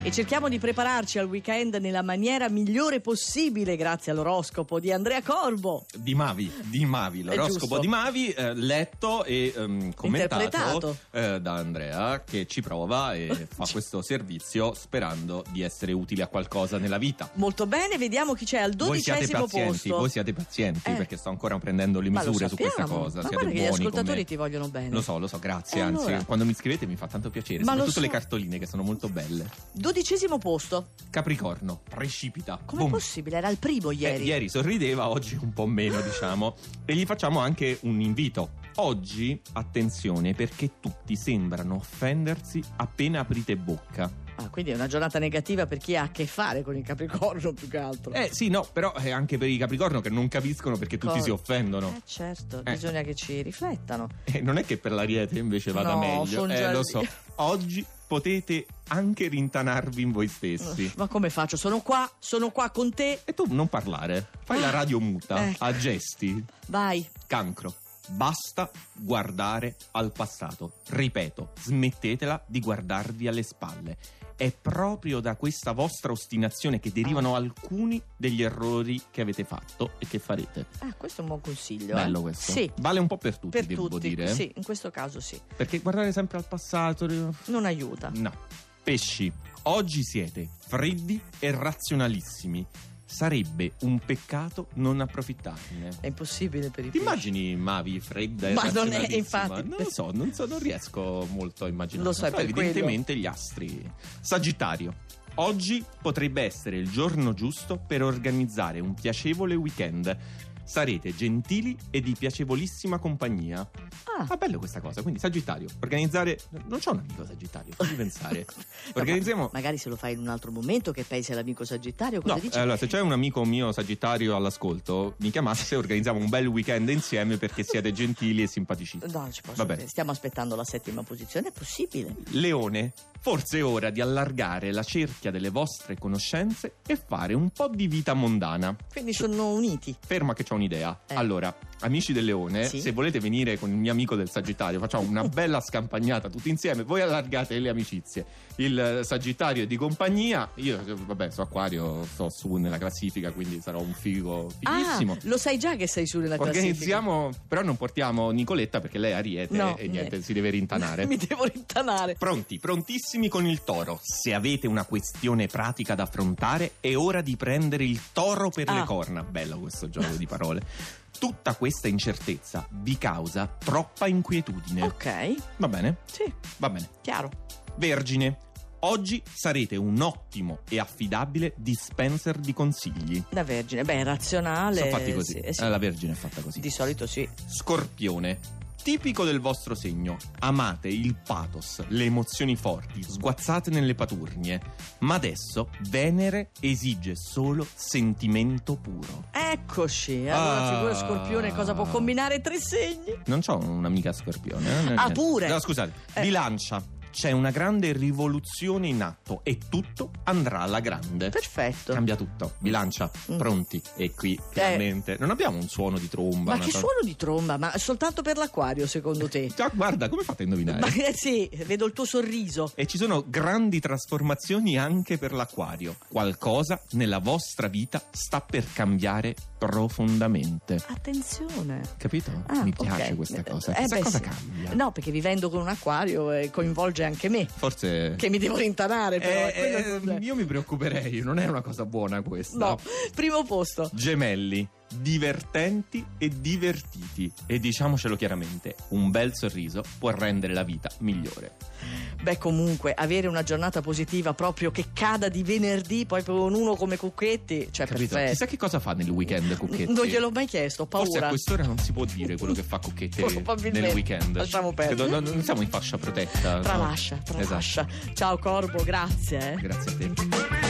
E cerchiamo di prepararci al weekend nella maniera migliore possibile grazie all'oroscopo di Andrea Corbo. Di Mavi, l'oroscopo di Mavi, letto e commentato da Andrea, che ci prova e fa questo servizio sperando di essere utile a qualcosa nella vita. Molto bene, vediamo chi c'è al 12° posto. Voi siate pazienti perché sto ancora prendendo le misure su questa cosa. Ma siate guarda che gli buoni ascoltatori ti vogliono bene. Lo so, grazie, allora, anzi quando mi scrivete mi fa tanto piacere, ma soprattutto le cartoline che sono molto belle. 12° posto. Capricorno, precipita. Com'è possibile? Era il primo ieri. Ieri sorrideva, oggi un po' meno, diciamo. E gli facciamo anche un invito. Oggi, attenzione, perché tutti sembrano offendersi appena aprite bocca. Ah, quindi è una giornata negativa per chi ha a che fare con il Capricorno più che altro. Sì, no, però è anche per i Capricorno che non capiscono perché tutti si offendono. Certo, bisogna che ci riflettano. Non è che per l'Ariete invece vada meglio. Lo so. Oggi potete anche rintanarvi in voi stessi. Ma come faccio? Sono qua con te. E tu non parlare, fai la radio muta, a gesti. Vai. Cancro. Basta guardare al passato. Ripeto, smettetela di guardarvi alle spalle. È proprio da questa vostra ostinazione che derivano alcuni degli errori che avete fatto e che farete. Questo è un buon consiglio. Bello questo. Sì. Vale un po' per tutti, per devo tutti, dire. Sì, in questo caso sì. Perché guardare sempre al passato non aiuta. No. Pesci, oggi siete freddi e razionalissimi. Sarebbe un peccato non approfittarne. È impossibile per i Ti immagini Mavi fredda e razionalissima? Ma non è, infatti. Non riesco molto a immaginare. Lo sai, per evidentemente quello. Gli astri. Sagittario. Oggi potrebbe essere il giorno giusto per organizzare un piacevole weekend. Sarete gentili e di piacevolissima compagnia. Bello questa cosa. Quindi Sagittario, organizzare. Non c'ho un amico Sagittario, fammi pensare. Organizziamo. Magari se lo fai in un altro momento che pensi all'amico Sagittario, cosa dici? Allora, se c'è un amico mio Sagittario all'ascolto, mi chiamasse e organizziamo un bel weekend insieme perché siete gentili e simpaticissimi. No, non ci posso credere. Stiamo aspettando la 7ª posizione, è possibile? Leone, forse è ora di allargare la cerchia delle vostre conoscenze e fare un po' di vita mondana. Quindi sono uniti. Ferma che c'ho un'idea. Allora, amici del Leone, se volete venire con il mio amico del Sagittario, facciamo una bella scampagnata tutti insieme. Voi allargate le amicizie. Il Sagittario è di compagnia. Io, so Acquario, sto su nella classifica, quindi sarò un figissimo. Lo sai già che sei su nella classifica. Organizziamo, però non portiamo Nicoletta perché lei è Ariete e niente, si deve rintanare. Mi devo rintanare. Pronti, prontissimi con il Toro. Se avete una questione pratica da affrontare, è ora di prendere il toro per le corna. Bello questo gioco di parole. Tutta questa incertezza vi causa troppa inquietudine. Ok. Va bene? Sì. Va bene. Chiaro. Vergine. Oggi sarete un ottimo e affidabile dispenser di consigli. La Vergine, razionale. Sono fatti così. Sì. La Vergine è fatta così. Di solito sì. Scorpione. Tipico del vostro segno, amate il pathos, le emozioni forti, sguazzate nelle paturnie, ma adesso Venere esige solo sentimento puro. Eccoci, allora figura Scorpione cosa può combinare 3 segni? Non c'ho un'amica Scorpione. Pure? No, scusate, Bilancia. C'è una grande rivoluzione in atto e tutto andrà alla grande. Perfetto. Cambia tutto. Bilancia, pronti. E qui, finalmente. Non abbiamo un suono di tromba. Ma che suono di tromba? Ma soltanto per l'Acquario, secondo te? Guarda, come fate a indovinare? Sì, vedo il tuo sorriso. E ci sono grandi trasformazioni anche per l'Acquario. Qualcosa nella vostra vita sta per cambiare profondamente. Attenzione. Capito? Mi piace questa cosa. Cosa cambia? No, perché vivendo con un Acquario coinvolge anche me. Forse. Che mi devo rintanare, però. Io mi preoccuperei, non è una cosa buona questa. No, primo posto. Gemelli. Divertenti e divertiti. E diciamocelo chiaramente, un bel sorriso può rendere la vita migliore. Comunque, avere una giornata positiva proprio che cada di venerdì, poi con uno come Cucchetti, cioè capito? Perfetto. Chissà che cosa fa nel weekend Cucchetti. Non gliel'ho mai chiesto, ho paura. Forse a quest'ora non si può dire quello che fa Cucchetti nel weekend. Lasciamo perdere. Non siamo in fascia protetta. Tralascia. Esatto. Ciao Corbo, grazie. Grazie a te.